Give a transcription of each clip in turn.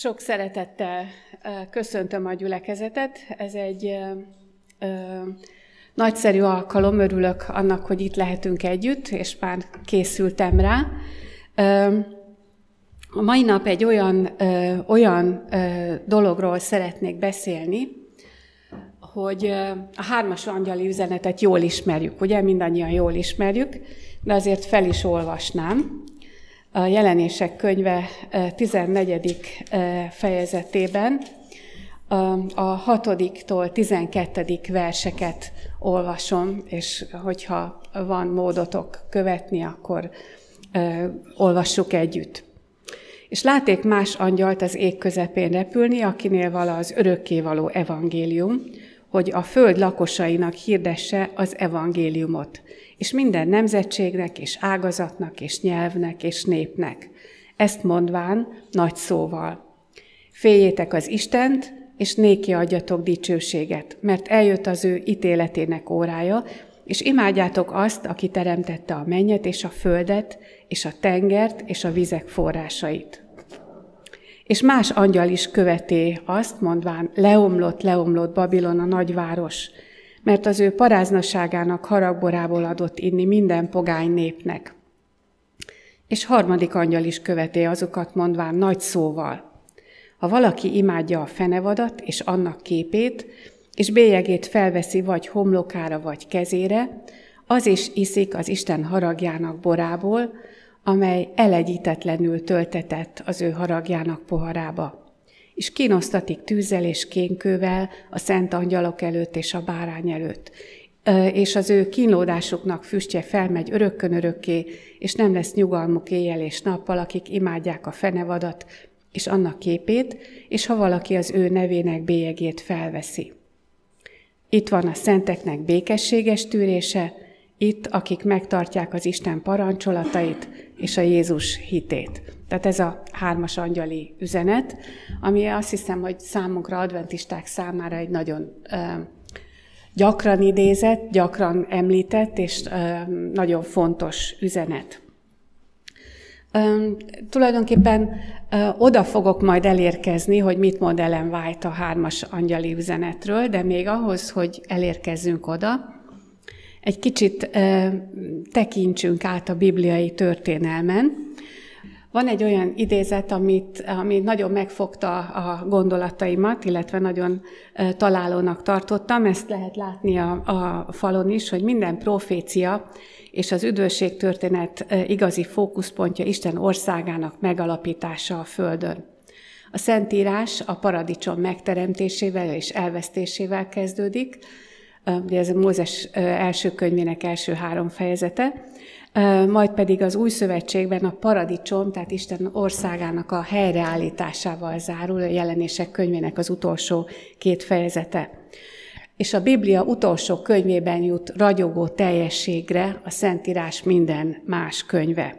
Sok szeretettel köszöntöm a gyülekezetet. Ez egy nagyszerű alkalom, örülök annak, hogy itt lehetünk együtt, és már készültem rá. A mai nap egy olyan dologról szeretnék beszélni, hogy a 3-as angyali üzenetet jól ismerjük, ugye? Mindannyian jól ismerjük, de azért fel is olvasnám. A Jelenések könyve 14. fejezetében a 6-tól 12. verseket olvasom, és hogyha van módotok követni, akkor olvassuk együtt. És látték más angyalt az ég közepén repülni, akinél vala az örökkévaló evangélium, hogy a föld lakosainak hirdesse az evangéliumot, és minden nemzetségnek, és ágazatnak, és nyelvnek, és népnek. Ezt mondván nagy szóval. Féljétek az Istent, és néki adjatok dicsőséget, mert eljött az ő ítéletének órája, és imádjátok azt, aki teremtette a mennyet, és a földet, és a tengert, és a vizek forrásait. És más angyal is követé azt, mondván, leomlott Babilon a nagyváros, mert az ő paráznaságának haragborából adott inni minden pogány népnek. És 3. angyal is követé azokat, mondván nagy szóval. Ha valaki imádja a fenevadat és annak képét, és bélyegét felveszi vagy homlokára, vagy kezére, az is iszik az Isten haragjának borából, amely elegyítetlenül töltetett az ő haragjának poharába. És kínosztatik tűzzel és kénkővel a szent angyalok előtt és a bárány előtt. És az ő kínlódásuknak füstje felmegy örökkön örökké, és nem lesz nyugalmuk éjjel és nappal, akik imádják a fenevadat és annak képét, és ha valaki az ő nevének bélyegét felveszi. Itt van a szenteknek békességes tűrése, itt, akik megtartják az Isten parancsolatait és a Jézus hitét. Tehát ez a 3-as angyali üzenet, ami azt hiszem, hogy számunkra, adventisták számára egy nagyon gyakran idézett, gyakran említett és nagyon fontos üzenet. Tulajdonképpen oda fogok majd elérkezni, hogy mit mond Ellen White a 3-as angyali üzenetről, de még ahhoz, hogy elérkezzünk oda, egy kicsit tekintsünk át a bibliai történelmen. Van egy olyan idézet, ami nagyon megfogta a gondolataimat, illetve nagyon találónak tartottam. Ezt lehet látni a falon is, hogy minden profécia és az üdvösségtörténet igazi fókuszpontja Isten országának megalapítása a földön. A Szentírás a paradicsom megteremtésével és elvesztésével kezdődik, ez a Mózes első könyvének első 3 fejezete, majd pedig az Új Szövetségben a paradicsom, tehát Isten országának a helyreállításával zárul, a Jelenések könyvének az utolsó 2 fejezete. És a Biblia utolsó könyvében jut ragyogó teljességre a Szentírás minden más könyve.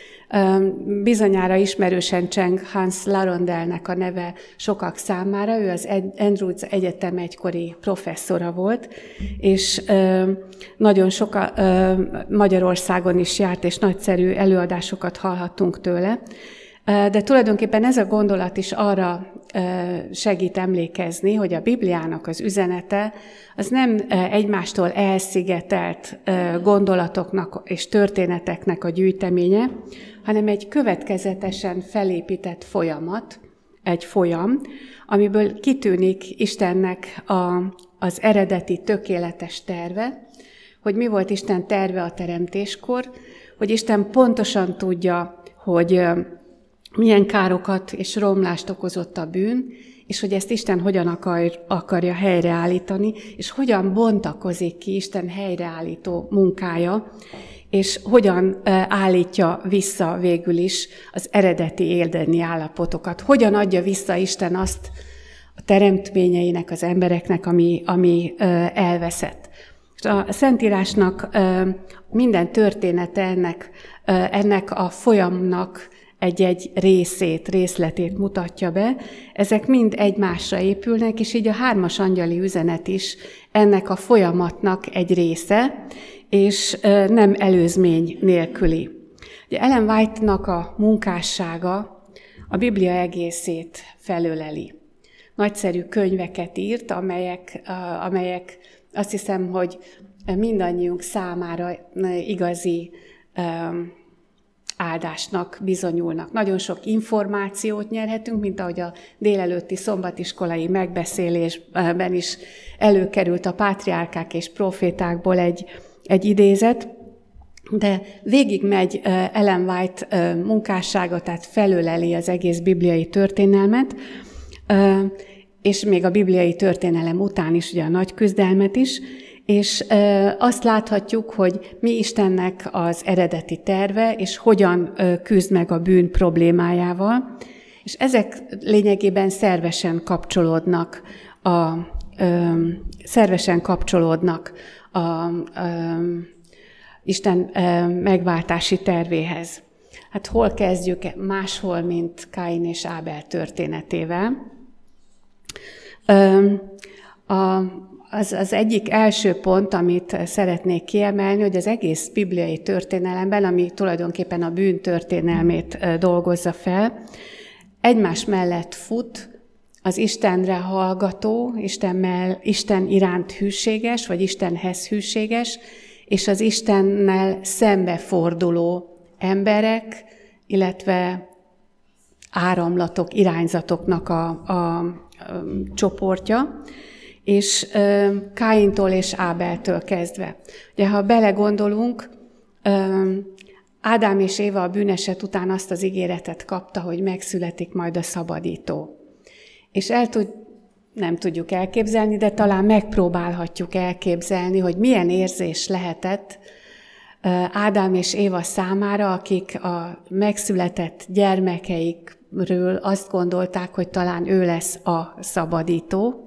Bizonyára ismerősen cseng Hans Larondelnek a neve sokak számára, ő az Andrews Egyetem egykori professzora volt, és nagyon sok Magyarországon is járt, és nagyszerű előadásokat hallhattunk tőle. De tulajdonképpen ez a gondolat is arra segít emlékezni, hogy a Bibliának az üzenete az nem egymástól elszigetelt gondolatoknak és történeteknek a gyűjteménye, hanem egy következetesen felépített folyamat, egy folyam, amiből kitűnik Istennek az eredeti tökéletes terve, hogy mi volt Isten terve a teremtéskor, hogy Isten pontosan tudja, hogy milyen károkat és romlást okozott a bűn, és hogy ezt Isten hogyan akarja helyreállítani, és hogyan bontakozik ki Isten helyreállító munkája, és hogyan állítja vissza végül is az eredeti édeni állapotokat. Hogyan adja vissza Isten azt a teremtményeinek, az embereknek, ami elveszett. A Szentírásnak minden története ennek a folyamnak egy részletét mutatja be. Ezek mind egymásra épülnek, és így a 3-as angyali üzenet is ennek a folyamatnak egy része, és nem előzmény nélküli. Ugye Ellen White-nak a munkássága a Biblia egészét felöleli. Nagyszerű könyveket írt, amelyek azt hiszem, hogy mindannyiunk számára igazi áldásnak bizonyulnak. Nagyon sok információt nyerhetünk, mint ahogy a délelőtti szombatiskolai megbeszélésben is előkerült a pátriárkák és profétákból egy idézet, de végigmegy Ellen White munkássága, tehát felöleli az egész bibliai történelmet, és még a bibliai történelem után is, ugye a nagy küzdelmet is, és azt láthatjuk, hogy mi Istennek az eredeti terve, és hogyan küzd meg a bűn problémájával, és ezek lényegében szervesen kapcsolódnak a Isten megváltási tervéhez. Hát hol kezdjük máshol, mint Káin és Ábel történetével? Az egyik első pont, amit szeretnék kiemelni, hogy az egész bibliai történelemben, ami tulajdonképpen a bűn történelmét dolgozza fel, egymás mellett fut az Istenre hallgató, Isten iránt hűséges, vagy Istenhez hűséges, és az Istennel szembeforduló emberek, illetve áramlatok, irányzatoknak a csoportja, és Káintól és Ábeltől kezdve. Ugye, ha belegondolunk, Ádám és Éva a bűneset után azt az ígéretet kapta, hogy megszületik majd a szabadító. És nem tudjuk elképzelni, de talán megpróbálhatjuk elképzelni, hogy milyen érzés lehetett Ádám és Éva számára, akik a megszületett gyermekeikről azt gondolták, hogy talán ő lesz a szabadító.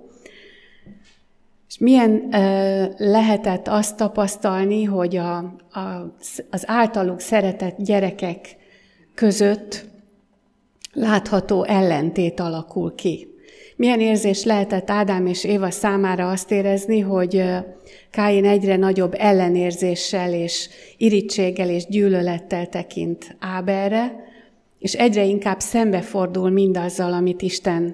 És milyen lehetett azt tapasztalni, hogy az általuk szeretett gyerekek között látható ellentét alakul ki. Milyen érzés lehetett Ádám és Éva számára azt érezni, hogy Káin egyre nagyobb ellenérzéssel és irítséggel és gyűlölettel tekint Ábelre, és egyre inkább szembefordul mindazzal, amit Isten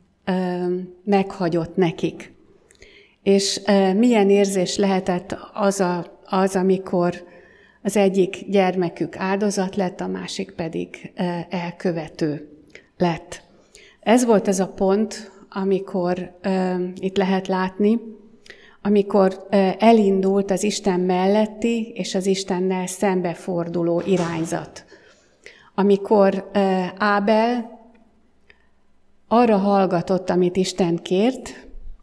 meghagyott nekik. És milyen érzés lehetett az, amikor az egyik gyermekük áldozat lett, a másik pedig elkövető lett. Ez volt az a pont, amikor itt lehet látni, amikor elindult az Isten melletti és az Istennel szembeforduló irányzat. Amikor Ábel arra hallgatott, amit Isten kért,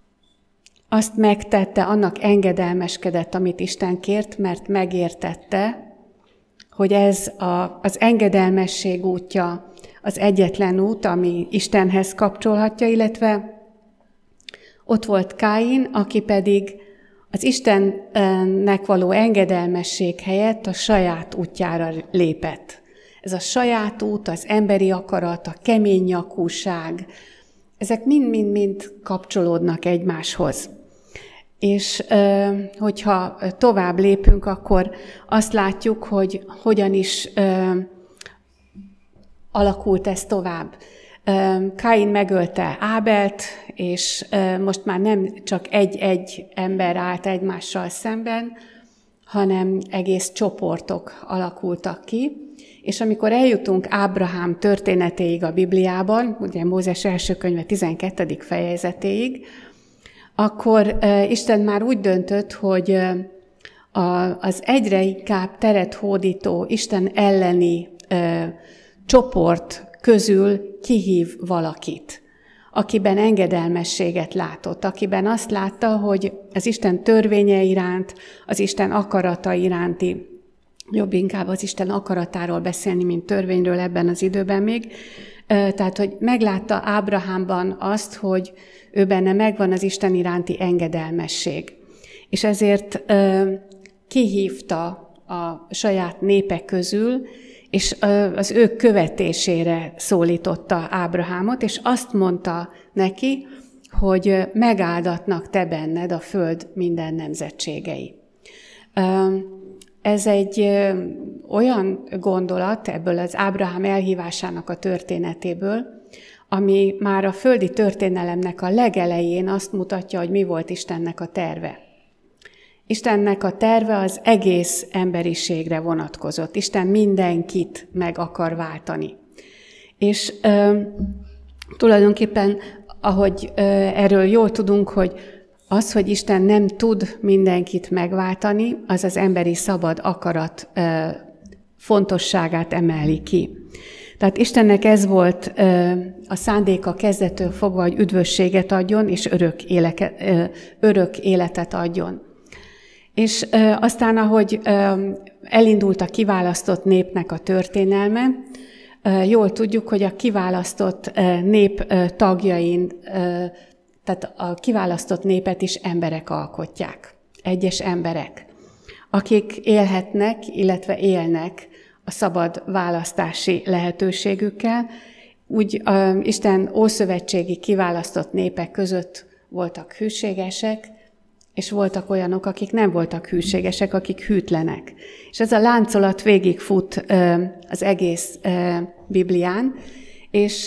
azt megtette, annak engedelmeskedett, amit Isten kért, mert megértette, hogy ez az engedelmesség útja az egyetlen út, ami Istenhez kapcsolhatja, illetve ott volt Káin, aki pedig az Istennek való engedelmesség helyett a saját útjára lépett. Ez a saját út, az emberi akarat, a kemény nyakúság, ezek mind-mind kapcsolódnak egymáshoz. És hogyha tovább lépünk, akkor azt látjuk, hogy hogyan is alakult ez tovább. Káin megölte Ábelt, és most már nem csak egy ember állt egymással szemben, hanem egész csoportok alakultak ki. És amikor eljutunk Ábrahám történetéig a Bibliában, ugye Mózes első könyve 12. fejezetéig, akkor Isten már úgy döntött, hogy az egyre inkább teret hódító Isten elleni csoport közül kihív valakit, akiben engedelmességet látott, akiben azt látta, hogy az Isten törvénye iránt, az Isten akarata iránti, jobb inkább az Isten akaratáról beszélni, mint törvényről ebben az időben még, tehát, hogy meglátta Ábrahámban azt, hogy ő benne megvan az Isten iránti engedelmesség. És ezért kihívta a saját népe közül, és az ő követésére szólította Ábrahámot, és azt mondta neki, hogy megáldatnak te benned a föld minden nemzetségei. Ez egy olyan gondolat ebből az Ábrahám elhívásának a történetéből, ami már a földi történelemnek a legelején azt mutatja, hogy mi volt Istennek a terve. Istennek a terve az egész emberiségre vonatkozott. Isten mindenkit meg akar váltani. És tulajdonképpen, ahogy erről jól tudunk, hogy az, hogy Isten nem tud mindenkit megváltani, az az emberi szabad akarat fontosságát emeli ki. Tehát Istennek ez volt a szándéka kezdettől fogva, hogy üdvösséget adjon, és örök életet adjon. És aztán, ahogy elindult a kiválasztott népnek a történelme, jól tudjuk, hogy a kiválasztott nép tagjain, tehát a kiválasztott népet is emberek alkotják, egyes emberek, akik élhetnek, illetve élnek a szabad választási lehetőségükkel. Úgy Isten ószövetségi kiválasztott népek között voltak hűségesek, és voltak olyanok, akik nem voltak hűségesek, akik hűtlenek. És ez a láncolat végigfut az egész Biblián, és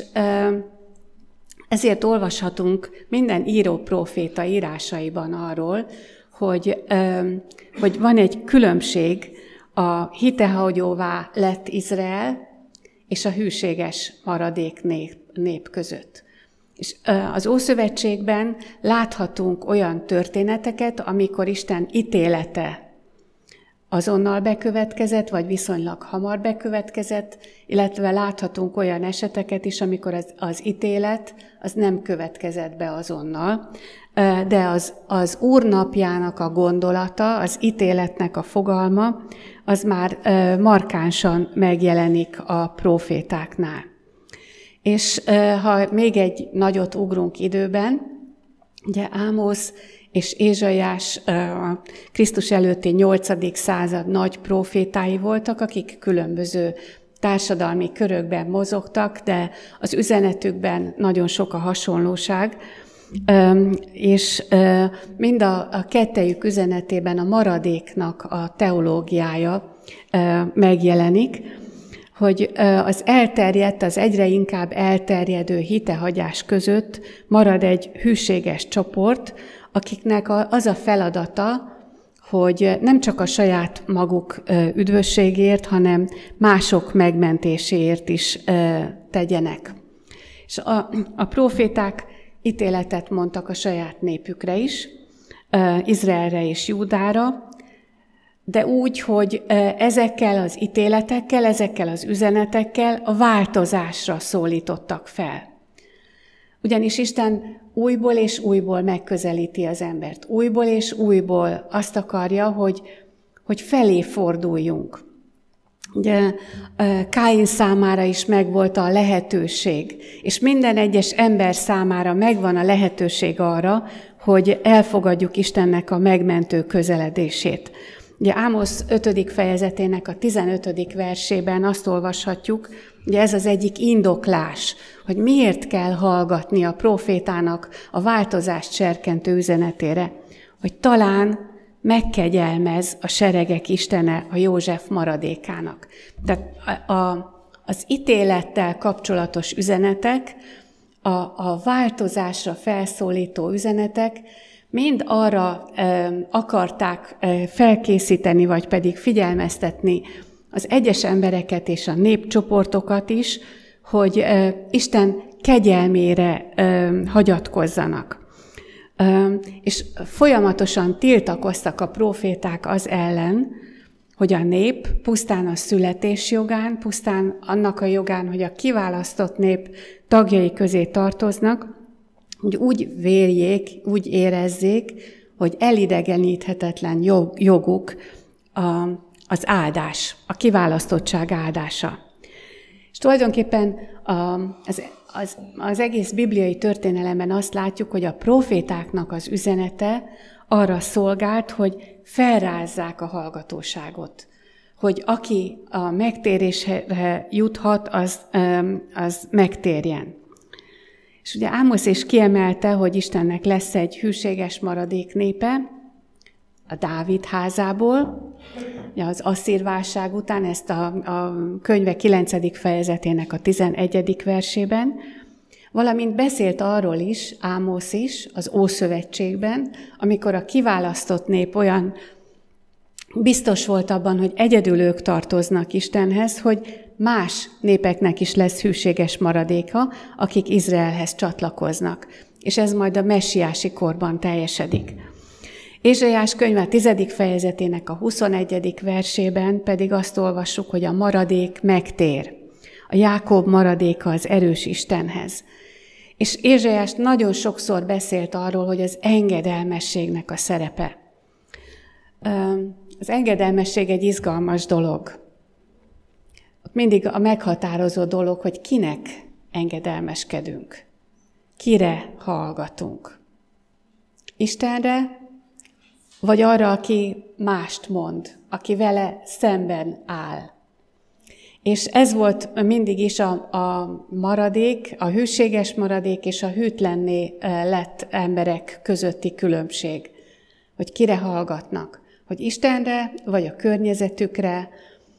ezért olvashatunk minden író próféta írásaiban arról, hogy van egy különbség a hitehagyóvá lett Izrael és a hűséges maradék nép között. És az Ószövetségben láthatunk olyan történeteket, amikor Isten ítélete azonnal bekövetkezett, vagy viszonylag hamar bekövetkezett, illetve láthatunk olyan eseteket is, amikor az ítélet az nem következett be azonnal, de az Úr napjának a gondolata, az ítéletnek a fogalma, az már markánsan megjelenik a prófétáknál. És ha még egy nagyot ugrunk időben, ugye Ámosz és Ézsaiás a Krisztus előtti 8. század nagy prófétái voltak, akik különböző társadalmi körökben mozogtak, de az üzenetükben nagyon sok a hasonlóság, és mind a kettejük üzenetében a maradéknak a teológiája megjelenik, hogy az elterjedt, az egyre inkább elterjedő hitehagyás között marad egy hűséges csoport, akiknek az a feladata, hogy nem csak a saját maguk üdvösségért, hanem mások megmentéséért is tegyenek. És a próféták ítéletet mondtak a saját népükre is, Izraelre és Júdára, de úgy, hogy ezekkel az ítéletekkel, ezekkel az üzenetekkel a változásra szólítottak fel. Ugyanis Isten újból és újból megközelíti az embert. Újból és újból azt akarja, hogy felé forduljunk. Ugye Káin számára is megvolt a lehetőség, és minden egyes ember számára megvan a lehetőség arra, hogy elfogadjuk Istennek a megmentő közeledését. Ugye Ámosz 5. fejezetének a 15. versében azt olvashatjuk, ugye ez az egyik indoklás, hogy miért kell hallgatni a prófétának a változást serkentő üzenetére, hogy talán megkegyelmez a seregek Istene a József maradékának. Tehát az ítélettel kapcsolatos üzenetek, a változásra felszólító üzenetek mind arra akarták felkészíteni, vagy pedig figyelmeztetni az egyes embereket és a népcsoportokat is, hogy Isten kegyelmére hagyatkozzanak. És folyamatosan tiltakoztak a próféták az ellen, hogy a nép pusztán a születés jogán, pusztán annak a jogán, hogy a kiválasztott nép tagjai közé tartoznak, hogy úgy véljék, úgy érezzék, hogy elidegeníthetetlen joguk az áldás, a kiválasztottság áldása. És tulajdonképpen az egész bibliai történelemben azt látjuk, hogy a prófétáknak az üzenete arra szolgált, hogy felrázzák a hallgatóságot. Hogy aki a megtérésre juthat, az megtérjen. És ugye Ámosz is kiemelte, hogy Istennek lesz egy hűséges maradék népe a Dávid házából, az asszír válság után, ezt a könyve 9. fejezetének a 11. versében, valamint beszélt arról is, Ámosz is, az Ószövetségben, amikor a kiválasztott nép olyan biztos volt abban, hogy egyedül ők tartoznak Istenhez, hogy más népeknek is lesz hűséges maradéka, akik Izraelhez csatlakoznak. És ez majd a messiási korban teljesedik. Ézsaiás könyve 10. fejezetének a 21. versében pedig azt olvassuk, hogy a maradék megtér. A Jákob maradéka az erős Istenhez. És Ézsaiás nagyon sokszor beszélt arról, hogy az engedelmességnek a szerepe. Az engedelmesség egy izgalmas dolog. Mindig a meghatározó dolog, hogy kinek engedelmeskedünk. Kire hallgatunk. Istenre, vagy arra, aki mást mond, aki vele szemben áll. És ez volt mindig is a maradék, a hűséges maradék és a hűtlenné lett emberek közötti különbség. Hogy kire hallgatnak. Hogy Istenre, vagy a környezetükre,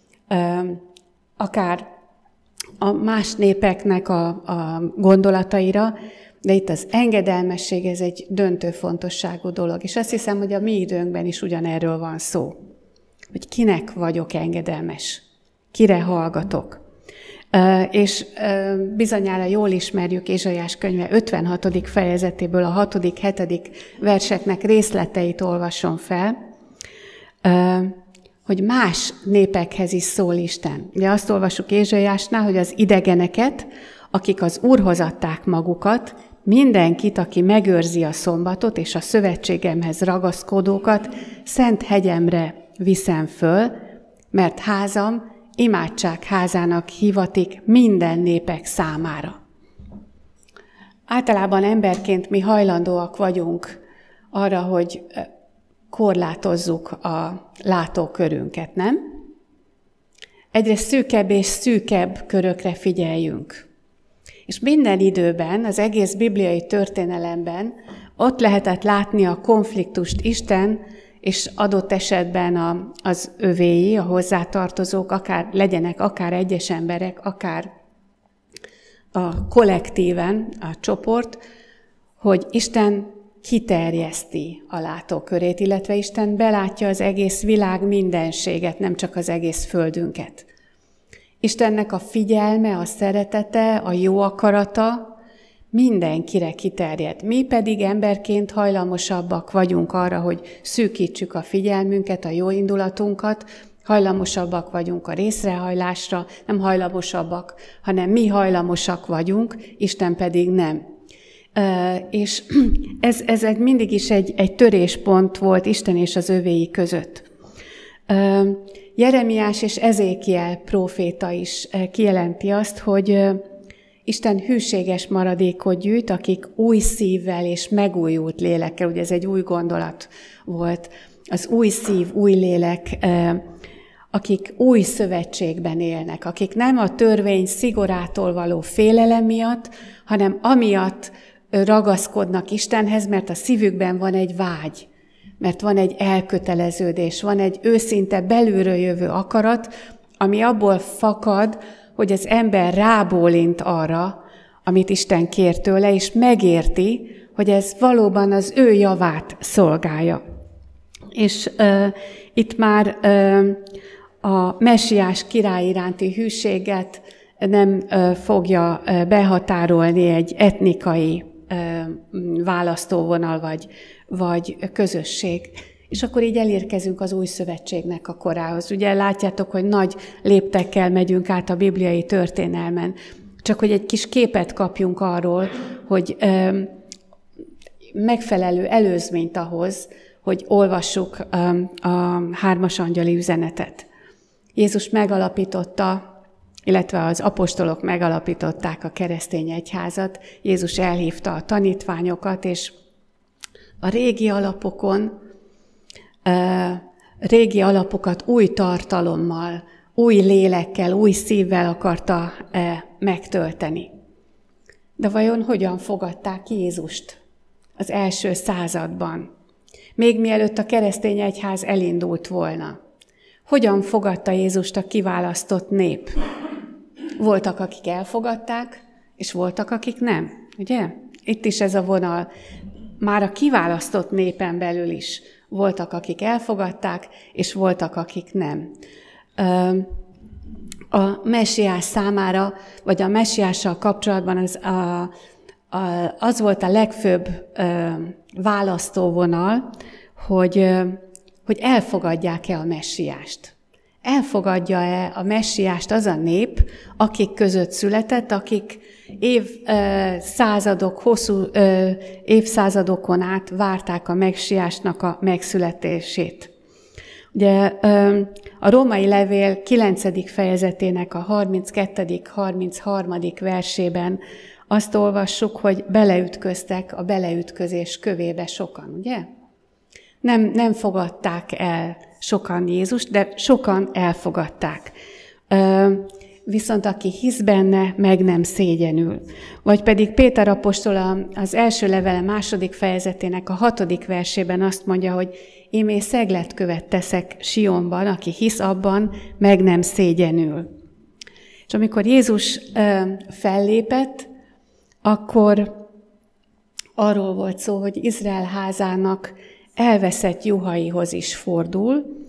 akár a más népeknek a gondolataira, de itt az engedelmesség, ez egy döntő fontosságú dolog. És azt hiszem, hogy a mi időnkben is ugyanerről van szó. Hogy kinek vagyok engedelmes, kire hallgatok. És bizonyára jól ismerjük Ézsaiás könyve 56. fejezetéből a 6.-7. verseknek részleteit olvasom fel, hogy más népekhez is szól Isten. Ugye azt olvassuk Ézsaiásnál, hogy az idegeneket, akik az Úrhoz adták magukat, mindenkit, aki megőrzi a szombatot és a szövetségemhez ragaszkodókat, szent hegyemre viszem föl, mert házam imádság házának hivatik minden népek számára. Általában emberként mi hajlandóak vagyunk arra, hogy korlátozzuk a látókörünket, nem? Egyre szűkebb és szűkebb körökre figyeljünk. És minden időben, az egész bibliai történelemben ott lehetett látni a konfliktust Isten, és adott esetben az övéi, a hozzátartozók, legyenek akár egyes emberek, akár a kollektíven, a csoport, hogy Isten kiterjeszti a látókörét, illetve Isten belátja az egész világ mindenséget, nem csak az egész földünket. Istennek a figyelme, a szeretete, a jó akarata mindenkire kiterjed. Mi pedig emberként hajlamosabbak vagyunk arra, hogy szűkítsük a figyelmünket, a jó indulatunkat, hajlamosabbak vagyunk a részrehajlásra, nem hajlamosabbak, hanem mi hajlamosak vagyunk, Isten pedig nem. És ez mindig is egy töréspont volt Isten és az övéi között. Jeremiás és Ezékiel próféta is kijelenti azt, hogy Isten hűséges maradékot gyűjt, akik új szívvel és megújult lélekkel, ugye ez egy új gondolat volt, az új szív, új lélek, akik új szövetségben élnek, akik nem a törvény szigorától való félelem miatt, hanem amiatt ragaszkodnak Istenhez, mert a szívükben van egy vágy, mert van egy elköteleződés, van egy őszinte belülről jövő akarat, ami abból fakad, hogy az ember rábólint arra, amit Isten kér tőle, és megérti, hogy ez valóban az ő javát szolgálja. És itt már a messiás király iránti hűséget nem fogja behatárolni egy etnikai választóvonal vagy közösség. És akkor így elérkezünk az új szövetségnek a korához. Ugye látjátok, hogy nagy léptekkel megyünk át a bibliai történelmen. Csak hogy egy kis képet kapjunk arról, hogy megfelelő előzményt ahhoz, hogy olvassuk a 3. angyali üzenetet. Jézus megalapította, illetve az apostolok megalapították a keresztény egyházat. Jézus elhívta a tanítványokat, és a régi alapokat új tartalommal, új lélekkel, új szívvel akarta megtölteni. De vajon hogyan fogadták Jézust az első században? Még mielőtt a keresztény egyház elindult volna. hogyan fogadta Jézust a kiválasztott nép? Voltak, akik elfogadták, és voltak, akik nem, ugye? Itt is ez a vonal. Már a kiválasztott népen belül is voltak, akik elfogadták, és voltak, akik nem. A messiás számára, vagy a messiással kapcsolatban az volt a legfőbb választóvonal, hogy elfogadják-e a messiást. Elfogadja-e a messiást az a nép, akik között született, akik hosszú évszázadokon át várták a messiásnak a megszületését. Ugye a római levél 9. fejezetének a 32.-33. versében azt olvassuk, hogy beleütköztek a beleütközés kövébe sokan, ugye? Nem fogadták el sokan Jézust, de sokan elfogadták. Viszont aki hisz benne, meg nem szégyenül. Vagy pedig Péter apostol az első levele 2. fejezetének a 6. versében azt mondja, hogy íme szegletkövet teszek Sionban, aki hisz abban, meg nem szégyenül. És amikor Jézus fellépett, akkor arról volt szó, hogy Izrael házának elveszett juhaihoz is fordul,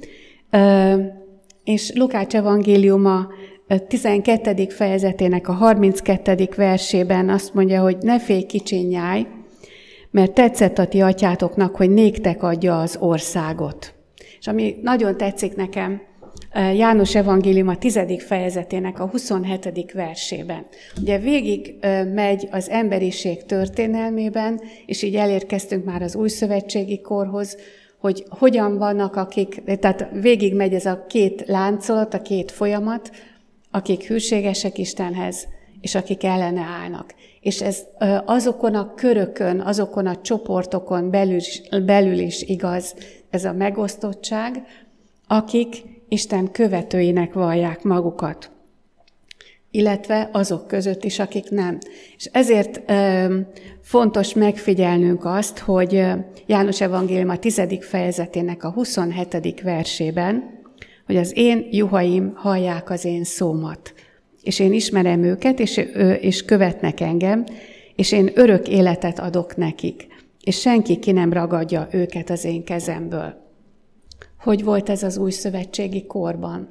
és Lukács evangéliuma 12. fejezetének a 32. versében azt mondja, hogy ne félj kicsi nyáj, mert tetszett a ti atyátoknak, hogy néktek adja az országot. És ami nagyon tetszik nekem, János evangéliuma 10. fejezetének a 27. versében. Ugye végig megy az emberiség történelmében, és így elérkeztünk már az újszövetségi korhoz, hogy hogyan vannak tehát végig megy ez a két láncolat, a két folyamat, akik hűségesek Istenhez, és akik ellene állnak. És ez azokon a körökön, azokon a csoportokon belül is igaz ez a megosztottság, akik Isten követőinek vallják magukat, illetve azok között is, akik nem. És ezért fontos megfigyelnünk azt, hogy János evangélium a 10. fejezetének a 27. versében, hogy az én juhaim hallják az én szómat, és én ismerem őket, és követnek engem, és én örök életet adok nekik, és senki ki nem ragadja őket az én kezemből. Hogy volt ez az újszövetségi korban?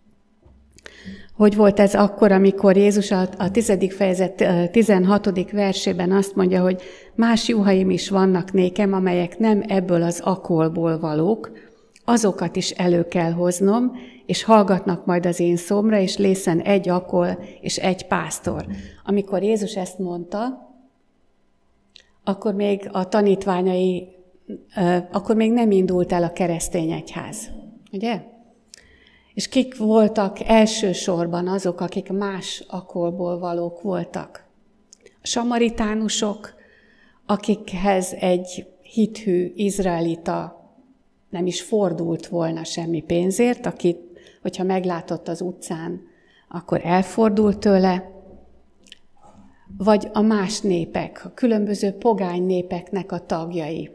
Hogy volt ez akkor, amikor Jézus a 10. fejezet 16. versében azt mondja, hogy más juhaim is vannak nékem, amelyek nem ebből az akolból valók, azokat is elő kell hoznom, és hallgatnak majd az én szómra, és lészen egy akol és egy pásztor. Amikor Jézus ezt mondta, akkor még a tanítványai, akkor még nem indult el a keresztény egyház, ugye? És kik voltak elsősorban azok, akik más akolból valók voltak? A samaritánusok, akikhez egy hithű izraelita nem is fordult volna semmi pénzért, akit, hogyha meglátott az utcán, akkor elfordult tőle, vagy a más népek, a különböző pogány népeknek a tagjai,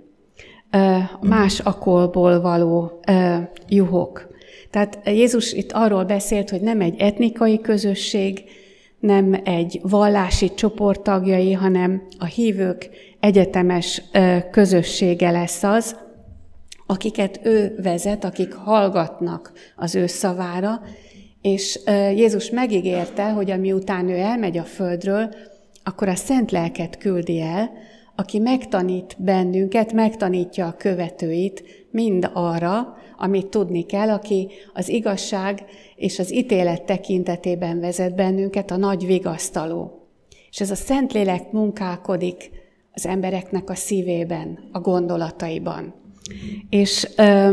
más akolból való juhok. Tehát Jézus itt arról beszélt, hogy nem egy etnikai közösség, nem egy vallási csoport tagjai, hanem a hívők egyetemes közössége lesz az, akiket ő vezet, akik hallgatnak az ő szavára, és Jézus megígérte, hogy amiután ő elmegy a földről, akkor a Szent Lelket küldi el, aki megtanít bennünket, megtanítja a követőit mind arra, amit tudni kell, aki az igazság és az ítélet tekintetében vezet bennünket, a nagy vigasztaló. És ez a Szentlélek munkálkodik az embereknek a szívében, a gondolataiban. És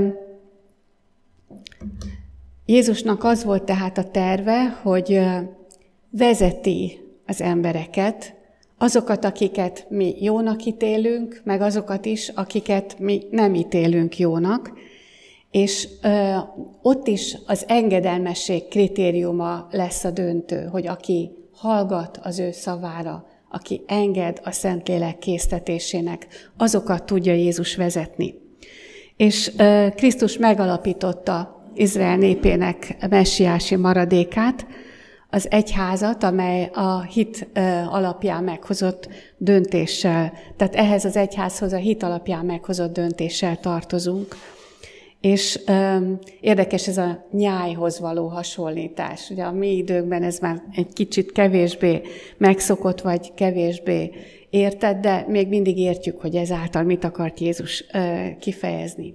Jézusnak az volt tehát a terve, hogy vezeti az embereket, azokat, akiket mi jónak ítélünk, meg azokat is, akiket mi nem ítélünk jónak, és ott is az engedelmesség kritériuma lesz a döntő, hogy aki hallgat az ő szavára, aki enged a Szentlélek késztetésének, azokat tudja Jézus vezetni. És Krisztus megalapította Izrael népének messiási maradékát, az egyházat, amely a hit alapján meghozott döntéssel, tehát ehhez az egyházhoz a hit alapján meghozott döntéssel tartozunk. És érdekes ez a nyájhoz való hasonlítás. Ugye a mi időkben ez már egy kicsit kevésbé megszokott, vagy kevésbé értett, de még mindig értjük, hogy ezáltal mit akart Jézus kifejezni.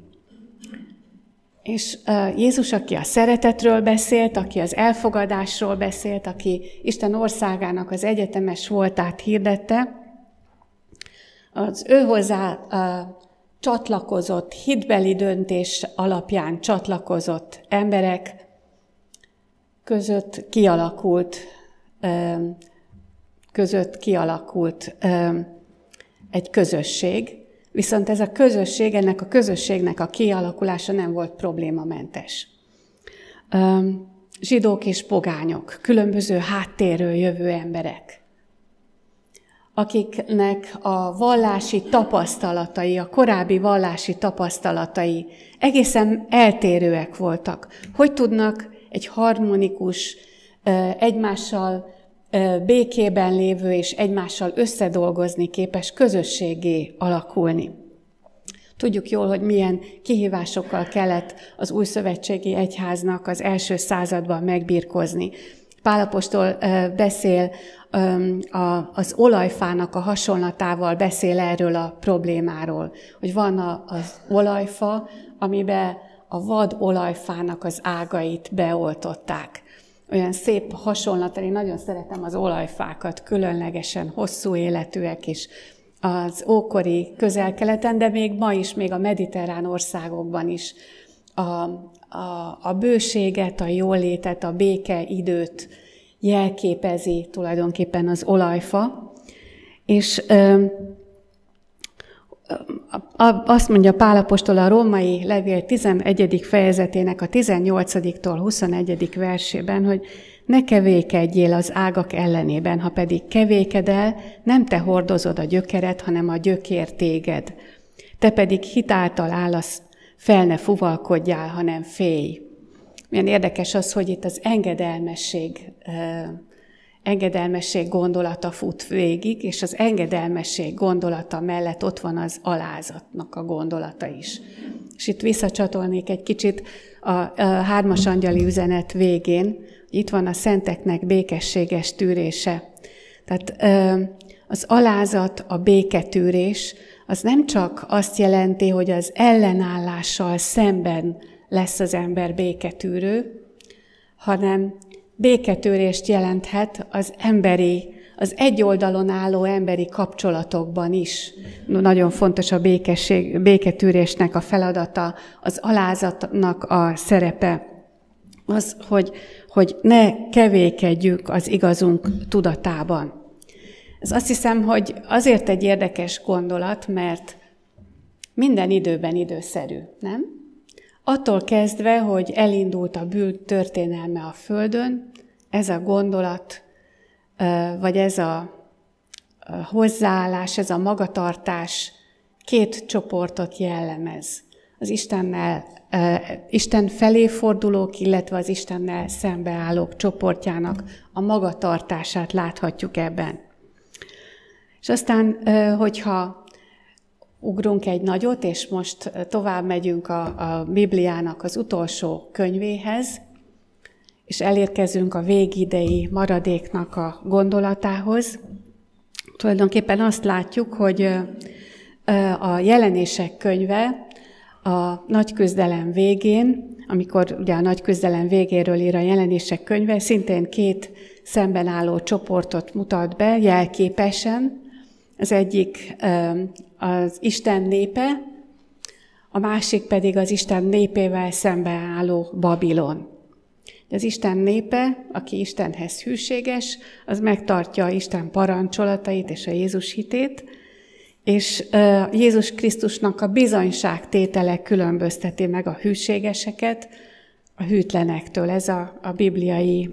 És Jézus, aki a szeretetről beszélt, aki az elfogadásról beszélt, aki Isten országának az egyetemes voltát hirdette, az ő hozzá csatlakozott, hitbeli döntés alapján csatlakozott emberek között kialakult egy közösség, viszont ez a közösség, ennek a közösségnek a kialakulása nem volt problémamentes. Zsidók és pogányok, különböző háttérről jövő emberek, akiknek a vallási tapasztalatai, a korábbi vallási tapasztalatai egészen eltérőek voltak. Hogy tudnak egy harmonikus, egymással békében lévő és egymással összedolgozni képes közösségé alakulni? Tudjuk jól, hogy milyen kihívásokkal kellett az újszövetségi egyháznak az első században megbirkózni. Pál apostol beszél az olajfának a hasonlatával, beszél erről a problémáról, hogy van az olajfa, amiben a vad olajfának az ágait beoltották. Olyan szép hasonlat, én nagyon szeretem az olajfákat, különlegesen hosszú életűek is az ókori Közel-Keleten, de még ma is, még a mediterrán országokban is a bőséget, a jólétet, a békeidőt jelképezi tulajdonképpen az olajfa. És azt mondja Pál apostol a római levél 11. fejezetének a 18-tól 21. versében, hogy ne kevékedjél az ágak ellenében, ha pedig kevékedel, nem te hordozod a gyökeret, hanem a gyökér téged. Te pedig hitáltal állasz, fel ne fuvalkodjál, hanem félj. Milyen érdekes az, hogy itt az engedelmesség gondolata fut végig, és az engedelmesség gondolata mellett ott van az alázatnak a gondolata is. És itt visszacsatolnék egy kicsit a 3. angyali üzenet végén, itt van a szenteknek békességes tűrése. Tehát az alázat, a béketűrés, az nem csak azt jelenti, hogy az ellenállással szemben lesz az ember béketűrő, hanem béketűrést jelenthet az egy oldalon álló emberi kapcsolatokban is. Nagyon fontos a béketűrésnek a feladata, az alázatnak a szerepe. Az, hogy ne kevékedjük az igazunk tudatában. Ez azt hiszem, hogy azért egy érdekes gondolat, mert minden időben időszerű, nem? Attól kezdve, hogy elindult a bűn történelme a Földön, ez a gondolat, vagy ez a hozzáállás, ez a magatartás két csoportot jellemez. Az Isten felé fordulók, illetve az Istennel szembeállók csoportjának a magatartását láthatjuk ebben. És aztán, hogyha ugrunk egy nagyot, és most tovább megyünk a Bibliának az utolsó könyvéhez, és elérkezünk a végidei maradéknak a gondolatához, tulajdonképpen azt látjuk, hogy a Jelenések könyve a nagy küzdelem végén, amikor ugye a nagy küzdelem végéről ír a Jelenések könyve, szintén két szemben álló csoportot mutat be jelképesen. Az egyik az Isten népe, a másik pedig az Isten népével szemben álló Babilon. Az Isten népe, aki Istenhez hűséges, az megtartja Isten parancsolatait és a Jézus hitét, és Jézus Krisztusnak a bizonyságtétele különbözteti meg a hűségeseket a hűtlenektől. Ez a bibliai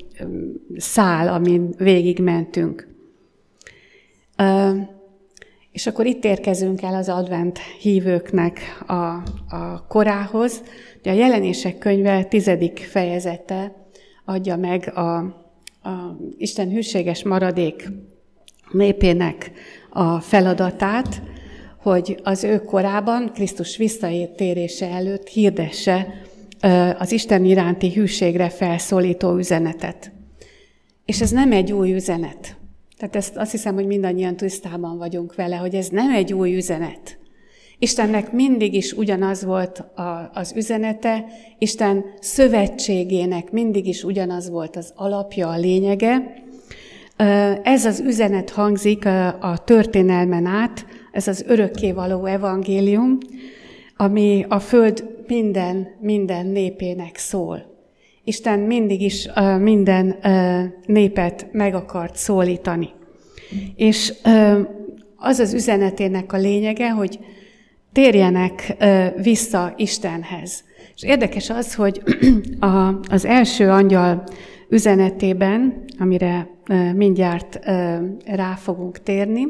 szál, amin végig mentünk. És akkor itt érkezünk el az advent hívőknek a korához. A Jelenések könyve 10. fejezete adja meg a Isten hűséges maradék népének a feladatát, hogy az ő korában, Krisztus visszatérése előtt hirdesse az Isten iránti hűségre felszólító üzenetet. És ez nem egy új üzenet. Tehát azt hiszem, hogy mindannyian tisztában vagyunk vele, hogy ez nem egy új üzenet. Istennek mindig is ugyanaz volt az üzenete, Isten szövetségének mindig is ugyanaz volt az alapja, a lényege. Ez az üzenet hangzik a történelmen át, ez az örökkévaló evangélium, ami a föld minden népének szól. Isten mindig is minden népet meg akart szólítani. És az az üzenetének a lényege, hogy térjenek vissza Istenhez. És érdekes az, hogy az első angyal üzenetében, amire mindjárt rá fogunk térni,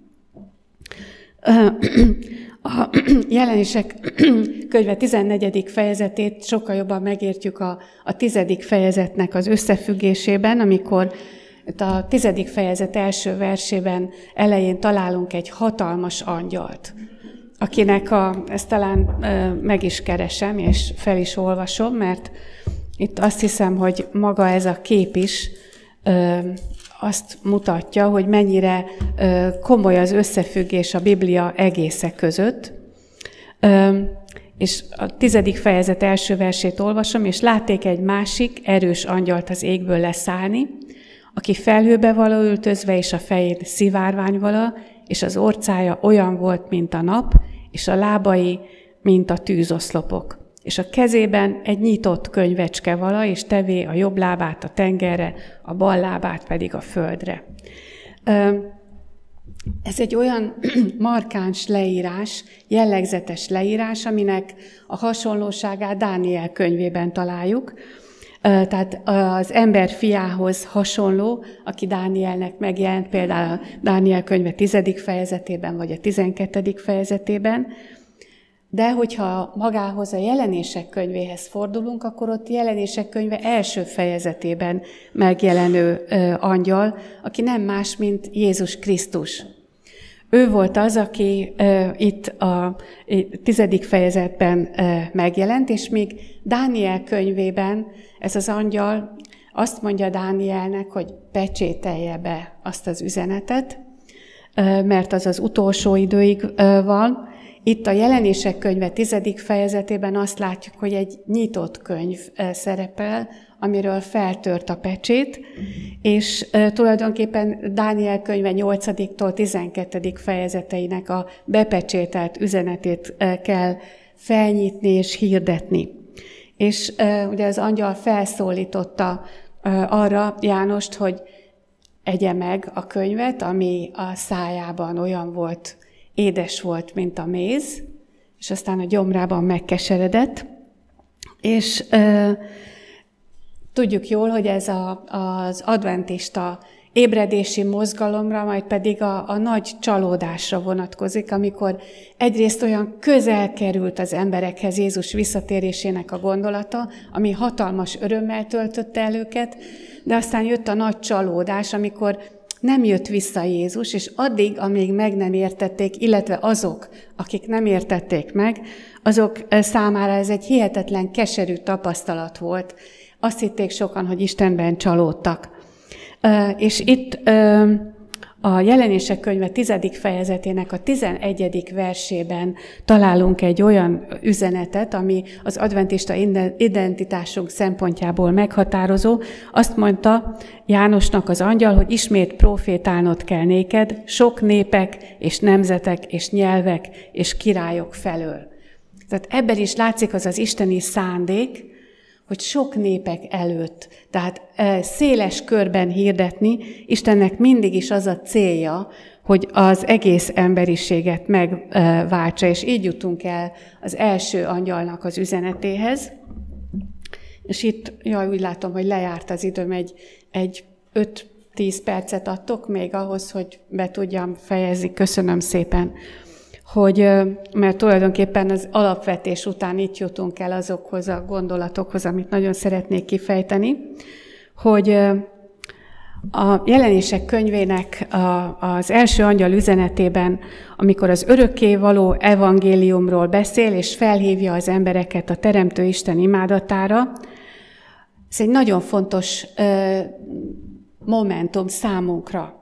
a Jelenések könyve 14. fejezetét sokkal jobban megértjük a 10. fejezetnek az összefüggésében, amikor a 10. fejezet első versében elején találunk egy hatalmas angyalt, akinek ezt talán meg is keresem, és fel is olvasom, mert itt azt hiszem, hogy maga ez a kép is azt mutatja, hogy mennyire komoly az összefüggés a Biblia egésze között. És a 10. fejezet első versét olvasom, és látték egy másik erős angyalt az égből leszállni, aki felhőbe való ültözve, és a fején szivárvány vala, és az orcája olyan volt, mint a nap, és a lábai, mint a tűzoszlopok. És a kezében egy nyitott könyvecske vala, és tevé a jobb lábát a tengerre, a bal lábát pedig a földre. Ez egy olyan markáns leírás, jellegzetes leírás, aminek a hasonlóságát Dániel könyvében találjuk. Tehát az ember fiához hasonló, aki Dánielnek megjelent, például a Dániel könyve 10. fejezetében, vagy a 12. fejezetében. De hogyha magához a Jelenések könyvéhez fordulunk, akkor ott Jelenések könyve első fejezetében megjelenő angyal, aki nem más, mint Jézus Krisztus. Ő volt az, aki itt a 10. fejezetben megjelent, és még Dániel könyvében ez az angyal azt mondja Dánielnek, hogy pecsételje be azt az üzenetet, mert az utolsó időig van. Itt a Jelenések könyve 10. fejezetében azt látjuk, hogy egy nyitott könyv szerepel, amiről feltört a pecsét, és tulajdonképpen Dániel könyve 8-tól 12. fejezeteinek a bepecsételt üzenetét kell felnyitni és hirdetni. És ugye az angyal felszólította arra Jánost, hogy egye meg a könyvet, ami a szájában olyan volt, édes volt, mint a méz, és aztán a gyomrában megkeseredett. És tudjuk jól, hogy ez az adventista ébredési mozgalomra, majd pedig a nagy csalódásra vonatkozik, amikor egyrészt olyan közel került az emberekhez Jézus visszatérésének a gondolata, ami hatalmas örömmel töltötte el őket, de aztán jött a nagy csalódás, amikor nem jött vissza Jézus, és addig, amíg meg nem értették, illetve azok, akik nem értették meg, azok számára ez egy hihetetlen keserű tapasztalat volt. Azt hitték sokan, hogy Istenben csalódtak. És itt a Jelenések könyve 10. fejezetének a 11. versében találunk egy olyan üzenetet, ami az adventista identitásunk szempontjából meghatározó. Azt mondta Jánosnak az angyal, hogy ismét profétálnod kell néked sok népek és nemzetek és nyelvek és királyok felől. Tehát ebben is látszik az isteni szándék, hogy sok népek előtt, tehát széles körben hirdetni, Istennek mindig is az a célja, hogy az egész emberiséget megváltsa, és így jutunk el az első angyalnak az üzenetéhez. És itt, úgy látom, hogy lejárt az időm, egy 5-10 10 percet adtok még ahhoz, hogy be tudjam fejezni. Köszönöm szépen. Mert tulajdonképpen az alapvetés után itt jutunk el azokhoz a gondolatokhoz, amit nagyon szeretnék kifejteni, hogy a Jelenések könyvének az első angyal üzenetében, amikor az örökkévaló evangéliumról beszél, és felhívja az embereket a Teremtő Isten imádatára, ez egy nagyon fontos momentum számunkra.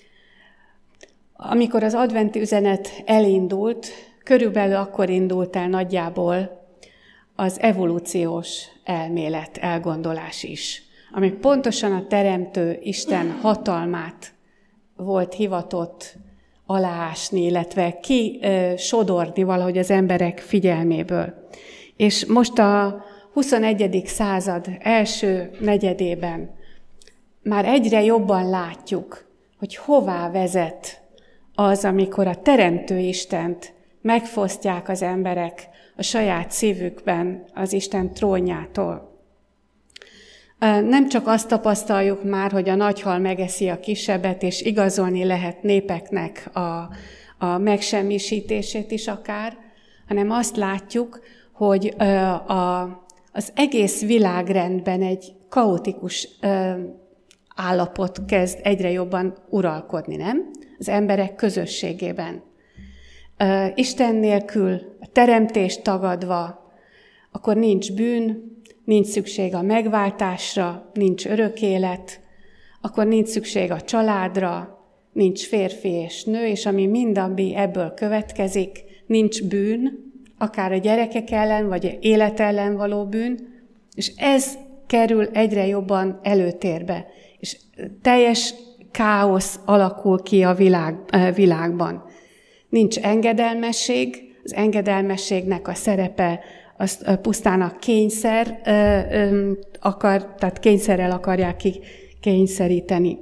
Amikor az adventi üzenet elindult, körülbelül akkor indult el nagyjából az evolúciós elmélet, elgondolás is, ami pontosan a Teremtő Isten hatalmát volt hivatott aláásni, illetve kisodorni valahogy az emberek figyelméből. És most a 21. század első negyedében már egyre jobban látjuk, hogy hová vezet az, amikor a Teremtő Istent megfosztják az emberek a saját szívükben az Isten trónjától. Nem csak azt tapasztaljuk már, hogy a nagyhal megeszi a kisebbet, és igazolni lehet népeknek a megsemmisítését is akár, hanem azt látjuk, hogy az egész világrendben egy kaotikus állapot kezd egyre jobban uralkodni, nem? Az emberek közösségében. Isten nélkül, a teremtést tagadva, akkor nincs bűn, nincs szükség a megváltásra, nincs örök élet, akkor nincs szükség a családra, nincs férfi és nő, és ami ebből következik, nincs bűn, akár a gyerekek ellen, vagy élet ellen való bűn, és ez kerül egyre jobban előtérbe, és teljes káosz alakul ki a világban. Nincs engedelmesség, az engedelmességnek a szerepe az pusztán a kényszer tehát kényszerrel akarják kényszeríteni.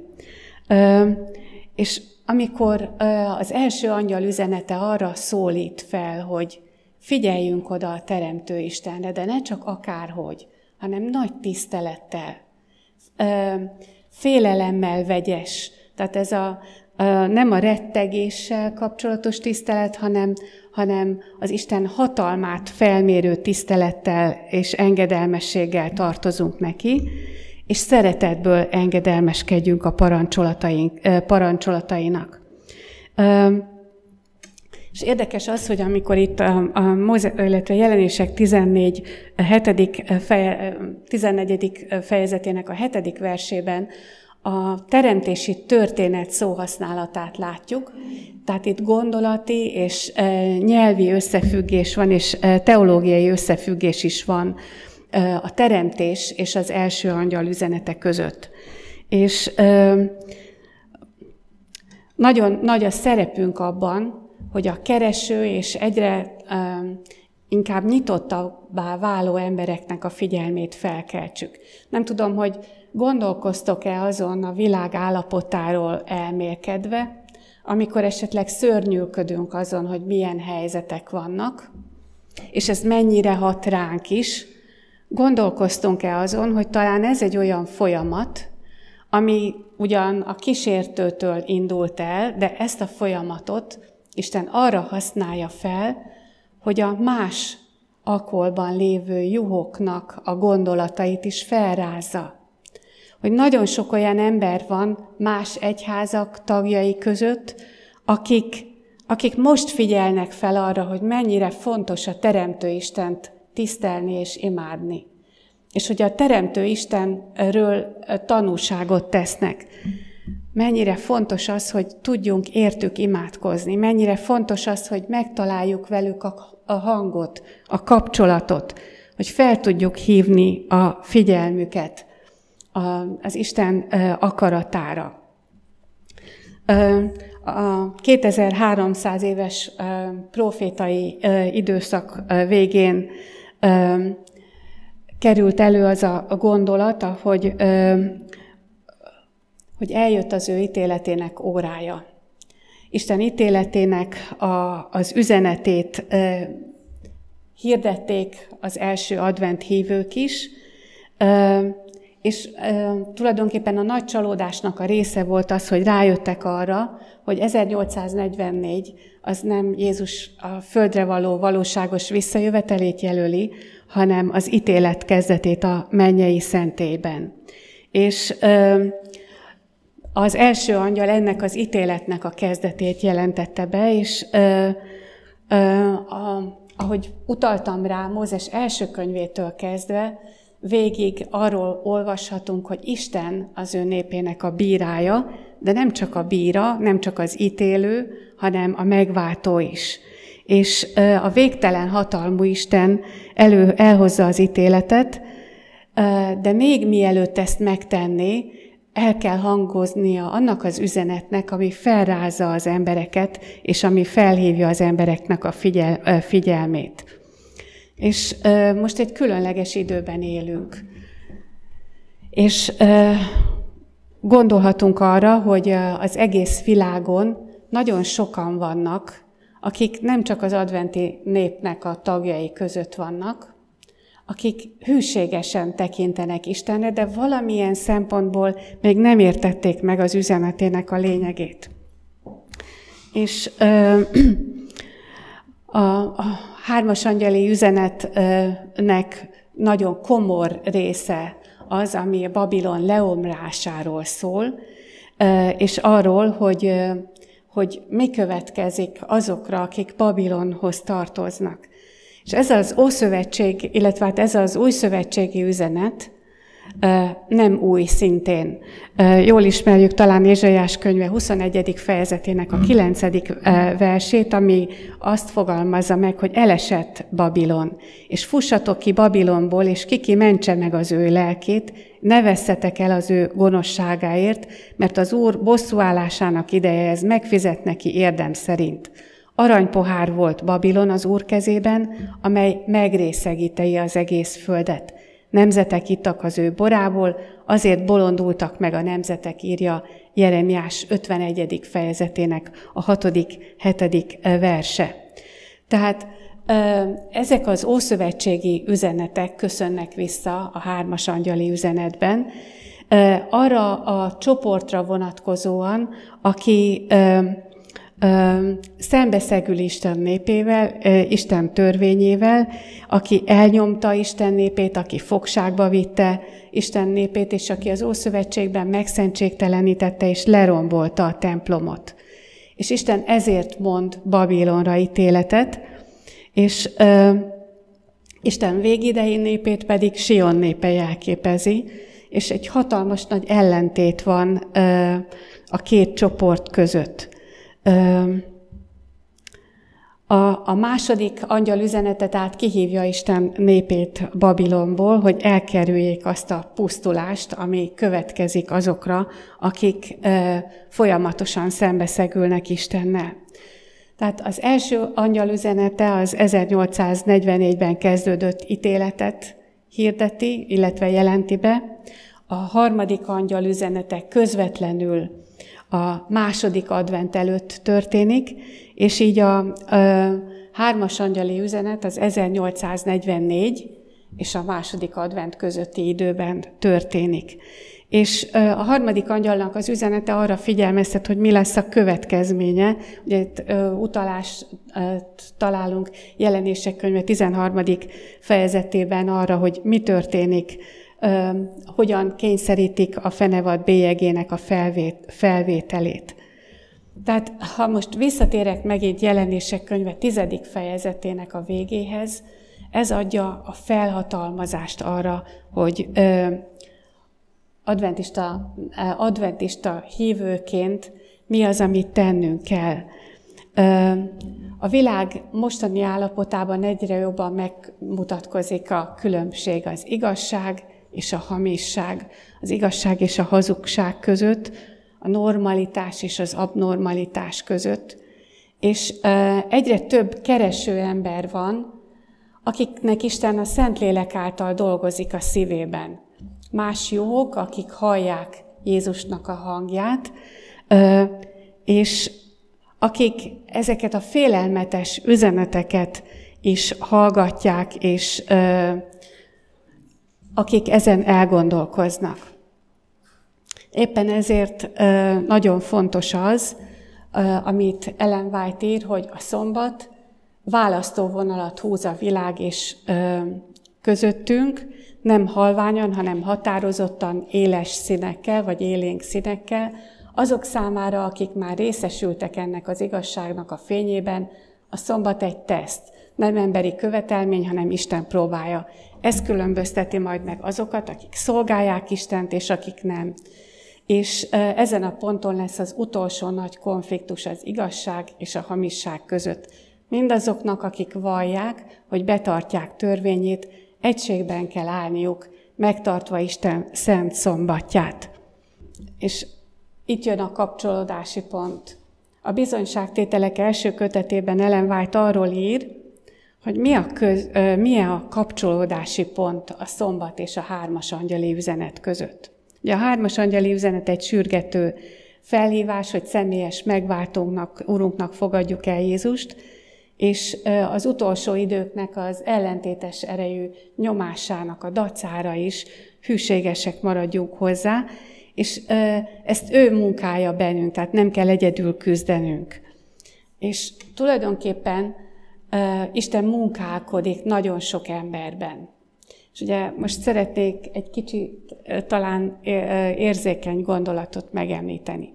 És amikor az első angyal üzenete arra szólít fel, hogy figyeljünk oda a Teremtő Istenre, de ne csak akárhogy, hanem nagy tisztelettel, félelemmel vegyes. Tehát ez nem a rettegéssel kapcsolatos tisztelet, hanem az Isten hatalmát felmérő tisztelettel és engedelmességgel tartozunk neki, és szeretetből engedelmeskedjünk a parancsolatainak. És érdekes az, hogy amikor itt illetve Jelenések 14. fejezetének a 7. versében a teremtési történet szóhasználatát látjuk, tehát itt gondolati és nyelvi összefüggés van, és teológiai összefüggés is van a teremtés és az első angyal üzenete között. És nagyon nagy a szerepünk abban, hogy a kereső és egyre inkább nyitottabbá váló embereknek a figyelmét felkeltsük. Nem tudom, hogy gondolkoztok-e azon a világ állapotáról elmélkedve, amikor esetleg szörnyűködünk azon, hogy milyen helyzetek vannak, és ez mennyire hat ránk is. Gondolkoztunk-e azon, hogy talán ez egy olyan folyamat, ami ugyan a kísértőtől indult el, de ezt a folyamatot Isten arra használja fel, hogy a más alkoholban lévő juhoknak a gondolatait is felrázza. Hogy nagyon sok olyan ember van más egyházak tagjai között, akik most figyelnek fel arra, hogy mennyire fontos a Teremtő Istent tisztelni és imádni. És hogy a Teremtő Istenről tanúságot tesznek. Mennyire fontos az, hogy tudjunk értük imádkozni. Mennyire fontos az, hogy megtaláljuk velük a hangot, a kapcsolatot, hogy fel tudjuk hívni a figyelmüket az Isten akaratára. A 2300 éves profétai időszak végén került elő az a gondolat, hogy eljött az ő ítéletének órája. Isten ítéletének az üzenetét hirdették az első advent hívők is, És tulajdonképpen a nagy csalódásnak a része volt az, hogy rájöttek arra, hogy 1844 az nem Jézus a földre való valóságos visszajövetelét jelöli, hanem az ítélet kezdetét a mennyei szentélyben. És az első angyal ennek az ítéletnek a kezdetét jelentette be, és ahogy utaltam rá, Mózes első könyvétől kezdve, végig arról olvashatunk, hogy Isten az ő népének a bírája, de nem csak a bíra, nem csak az ítélő, hanem a megváltó is. És a végtelen hatalmú Isten elhozza az ítéletet, de még mielőtt ezt megtenné, el kell hangoznia annak az üzenetnek, ami felrázza az embereket, és ami felhívja az embereknek a figyelmét. És most egy különleges időben élünk. És gondolhatunk arra, hogy az egész világon nagyon sokan vannak, akik nem csak az adventi népnek a tagjai között vannak, akik hűségesen tekintenek Istenre, de valamilyen szempontból még nem értették meg az üzenetének a lényegét. És a hármas angyali üzenetnek nagyon komor része az, ami a Babilon leomlásáról szól, és arról, hogy mi következik azokra, akik Babilonhoz tartoznak. És ez az Ószövetség, illetve hát ez az új szövetségi üzenet nem új szintén. Jól ismerjük talán Ézsaiás könyve 21. fejezetének a 9. versét, ami azt fogalmazza meg, hogy elesett Babilon, és fussatok ki Babilonból, és ki mentse meg az ő lelkét, ne vesszetek el az ő gonoszságáért, mert az Úr bosszúállásának ideje, ez megfizet neki érdem szerint. Aranypohár volt Babilon az Úr kezében, amely megrészegíti az egész földet. Nemzetek ittak az ő borából, azért bolondultak meg a nemzetek, írja Jeremiás 51. fejezetének a 6., 7. verse. Tehát ezek az ószövetségi üzenetek köszönnek vissza a hármas angyali üzenetben, arra a csoportra vonatkozóan, aki szembeszegül Isten népével, Isten törvényével, aki elnyomta Isten népét, aki fogságba vitte Isten népét, és aki az Ószövetségben megszentségtelenítette és lerombolta a templomot. És Isten ezért mond Babilonra ítéletet, és Isten végidei népét pedig Sion népe jelképezi, és egy hatalmas nagy ellentét van a két csoport között. A második angyal üzenete tehát kihívja Isten népét Babilonból, hogy elkerüljék azt a pusztulást, ami következik azokra, akik folyamatosan szembeszegülnek Istennel. Tehát az első angyal üzenete az 1844-ben kezdődött ítéletet hirdeti, illetve jelenti be. A harmadik angyal üzenete közvetlenül a második advent előtt történik, és így a hármas angyali üzenet az 1844 és a második advent közötti időben történik. És a harmadik angyalnak az üzenete arra figyelmeztet, hogy mi lesz a következménye. Ugye itt utalást találunk Jelenések könyve 13. fejezetében arra, hogy mi történik, hogyan kényszerítik a fenevad bélyegének a felvételét. Tehát ha most visszatérek megint Jelenések könyve 10. fejezetének a végéhez, ez adja a felhatalmazást arra, hogy adventista hívőként mi az, amit tennünk kell. A világ mostani állapotában egyre jobban megmutatkozik a különbség az igazság és a hamisság, az igazság és a hazugság között, a normalitás és az abnormalitás között. És egyre több kereső ember van, akiknek Isten a Szentlélek által dolgozik a szívében. Más jók, akik hallják Jézusnak a hangját, és akik ezeket a félelmetes üzeneteket is hallgatják, és akik ezen elgondolkoznak. Éppen ezért nagyon fontos az, amit Ellen White ír, hogy a szombat választóvonalat húz a világ és közöttünk, nem halványan, hanem határozottan éles színekkel, vagy élénk színekkel. Azok számára, akik már részesültek ennek az igazságnak a fényében, a szombat egy teszt. Nem emberi követelmény, hanem Isten próbája. Ez különbözteti majd meg azokat, akik szolgálják Istent, és akik nem. És ezen a ponton lesz az utolsó nagy konfliktus az igazság és a hamisság között. Mindazoknak, akik vallják, hogy betartják törvényét, egységben kell állniuk, megtartva Isten szent szombatját. És itt jön a kapcsolódási pont. A bizonyságtételek első kötetében Ellen White arról ír, hogy milyen a kapcsolódási pont a szombat és a 3. angyali üzenet között. Ugye a 3. angyali üzenet egy sürgető felhívás, hogy személyes megváltónknak, Urunknak fogadjuk el Jézust, és az utolsó időknek az ellentétes erejű nyomásának a dacára is hűségesek maradjunk hozzá, és ezt ő munkálja bennünk, tehát nem kell egyedül küzdenünk. És tulajdonképpen Isten munkálkodik nagyon sok emberben. És ugye most szeretnék egy kicsit talán érzékeny gondolatot megemlíteni.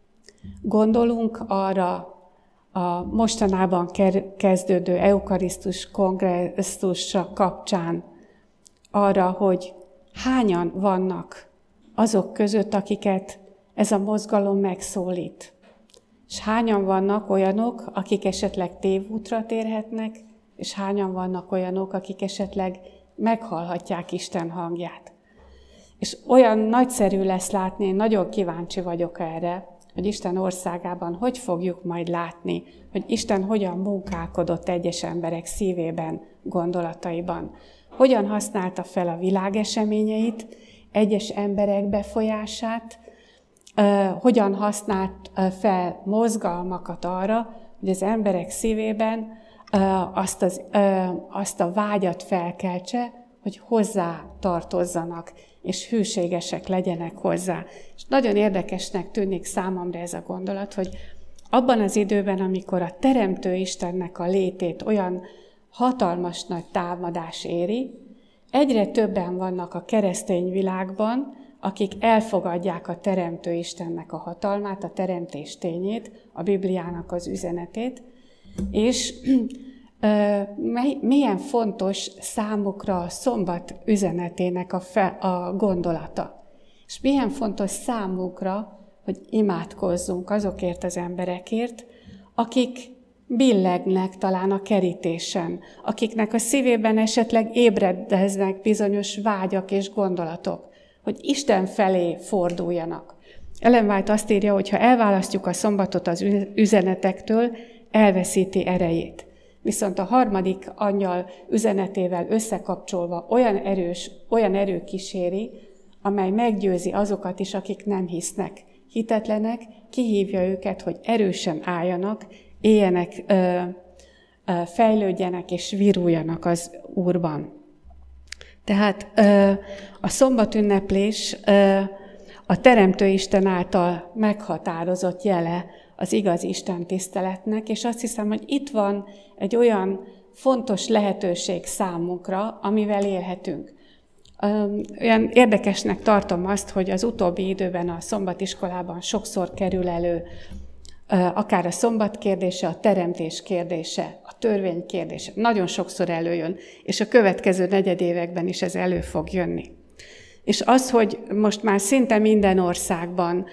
Gondolunk arra a mostanában kezdődő eukarisztus kongresszusa kapcsán arra, hogy hányan vannak azok között, akiket ez a mozgalom megszólít. És hányan vannak olyanok, akik esetleg tévútra térhetnek, és hányan vannak olyanok, akik esetleg meghallhatják Isten hangját. És olyan nagyszerű lesz látni, én nagyon kíváncsi vagyok erre, hogy Isten országában hogy fogjuk majd látni, hogy Isten hogyan munkálkodott egyes emberek szívében, gondolataiban. Hogyan használta fel a világ eseményeit, egyes emberek befolyását, hogyan használt fel mozgalmakat arra, hogy az emberek szívében azt a vágyat felkeltse, hogy hozzá tartozzanak, és hűségesek legyenek hozzá. És nagyon érdekesnek tűnik számomra ez a gondolat, hogy abban az időben, amikor a Teremtő Istennek a létét olyan hatalmas nagy támadás éri, egyre többen vannak a keresztény világban, akik elfogadják a Teremtő Istennek a hatalmát, a teremtés tényét, a Bibliának az üzenetét, és milyen fontos számukra a szombat üzenetének a gondolata. És milyen fontos számukra, hogy imádkozzunk azokért az emberekért, akik billegnek talán a kerítésen, akiknek a szívében esetleg ébredeznek bizonyos vágyak és gondolatok, hogy Isten felé forduljanak. Ellen White azt írja, hogy ha elválasztjuk a szombatot az üzenetektől, elveszíti erejét. Viszont a 3. angyal üzenetével összekapcsolva olyan erő kíséri, amely meggyőzi azokat is, akik nem hisznek, hitetlenek, kihívja őket, hogy erősen álljanak, éljenek, fejlődjenek és viruljanak az Úrban. Tehát a szombatünneplés a Teremtő Isten által meghatározott jele az igaz Isten tiszteletnek, és azt hiszem, hogy itt van egy olyan fontos lehetőség számunkra, amivel élhetünk. Olyan érdekesnek tartom azt, hogy az utóbbi időben a szombatiskolában sokszor kerül elő akár a szombat kérdése, a teremtés kérdése, a törvény kérdése. Nagyon sokszor előjön, és a következő negyedévekben is ez elő fog jönni. És az, hogy most már szinte minden országban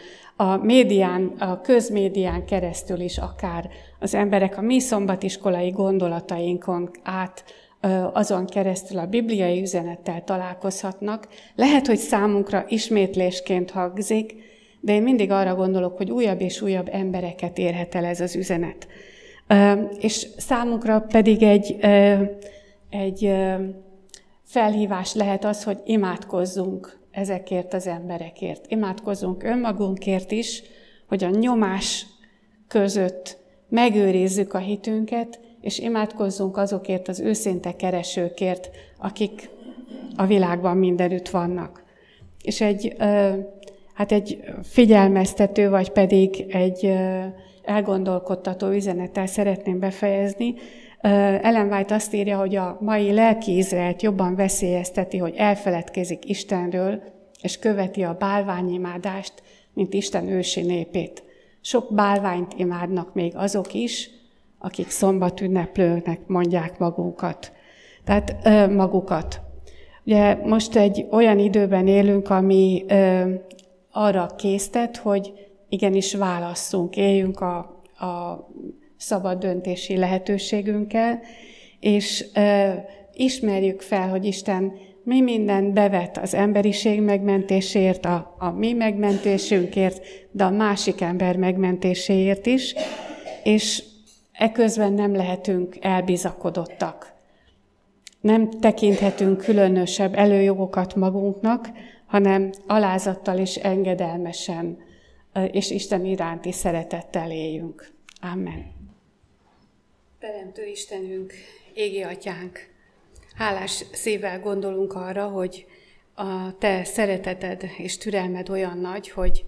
a közmédián keresztül is akár az emberek a mi szombatiskolai gondolatainkon át azon keresztül a bibliai üzenettel találkozhatnak. Lehet, hogy számunkra ismétlésként hangzik, de én mindig arra gondolok, hogy újabb és újabb embereket érhet el ez az üzenet. És számunkra pedig egy felhívás lehet az, hogy imádkozzunk ezekért az emberekért. Imádkozzunk önmagunkért is, hogy a nyomás között megőrizzük a hitünket, és imádkozzunk azokért az őszinte keresőkért, akik a világban mindenütt vannak. És egy figyelmeztető, vagy pedig egy elgondolkodtató üzenettel szeretném befejezni. Ellen White azt írja, hogy a mai lelki Izraelt jobban veszélyezteti, hogy elfeledkezik Istenről, és követi a bálványimádást, mint Isten ősi népét. Sok bálványt imádnak még azok is, akik szombatünneplőnek mondják magukat. Ugye most egy olyan időben élünk, ami arra késztet, hogy igenis válasszunk, éljünk a szabad döntési lehetőségünkkel, és ismerjük fel, hogy Isten mi mindent bevet az emberiség megmentéséért, a mi megmentésünkért, de a másik ember megmentéséért is, és eközben nem lehetünk elbizakodottak. Nem tekinthetünk különösebb előjogokat magunknak, hanem alázattal és engedelmesen, és Isten iránti szeretettel éljünk. Amen. Teremtő Istenünk, égi Atyánk, hálás szívvel gondolunk arra, hogy a Te szereteted és türelmed olyan nagy, hogy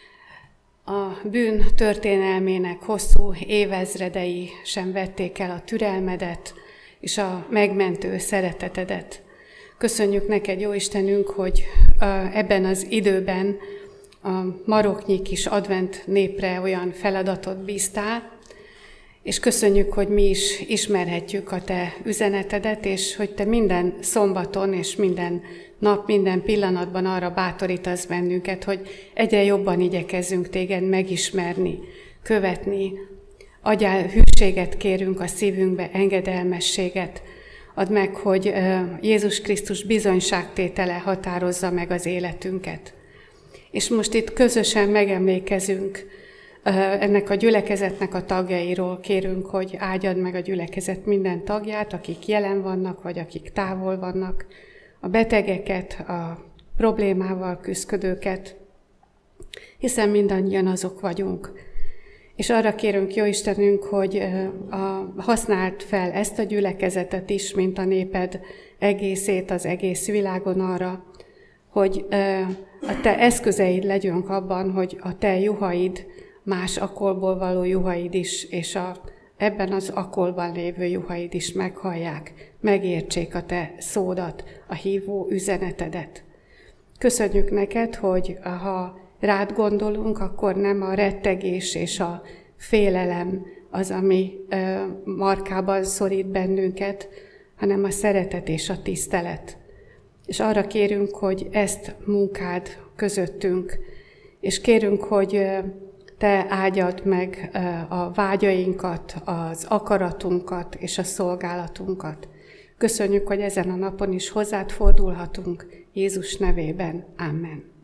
a bűn történelmének hosszú évezredei sem vették el a türelmedet és a megmentő szeretetedet. Köszönjük neked, jó Istenünk, hogy ebben az időben a maroknyi kis advent népre olyan feladatot bíztál, és köszönjük, hogy mi is ismerhetjük a Te üzenetedet, és hogy Te minden szombaton és minden nap, minden pillanatban arra bátorítasz bennünket, hogy egyre jobban igyekezzünk Téged megismerni, követni. Adjál hűséget kérünk a szívünkbe, engedelmességet. Add meg, hogy Jézus Krisztus bizonyságtétele határozza meg az életünket. És most itt közösen megemlékezünk ennek a gyülekezetnek a tagjairól. Kérünk, hogy áldjad meg a gyülekezet minden tagját, akik jelen vannak, vagy akik távol vannak, a betegeket, a problémával küzdködőket, hiszen mindannyian azok vagyunk. És arra kérünk, jó Istenünk, hogy használd fel ezt a gyülekezetet is, mint a néped egészét, az egész világon arra, hogy a Te eszközeid legyünk abban, hogy a Te juhaid, más akolból való juhaid is, és ebben az akolban lévő juhaid is meghallják, megértsék a Te szódat, a hívó üzenetedet. Köszönjük neked, hogy ha rád gondolunk, akkor nem a rettegés és a félelem az, ami markában szorít bennünket, hanem a szeretet és a tisztelet. És arra kérünk, hogy ezt munkád közöttünk, és kérünk, hogy Te áldjad meg a vágyainkat, az akaratunkat és a szolgálatunkat. Köszönjük, hogy ezen a napon is hozzád fordulhatunk, Jézus nevében. Amen.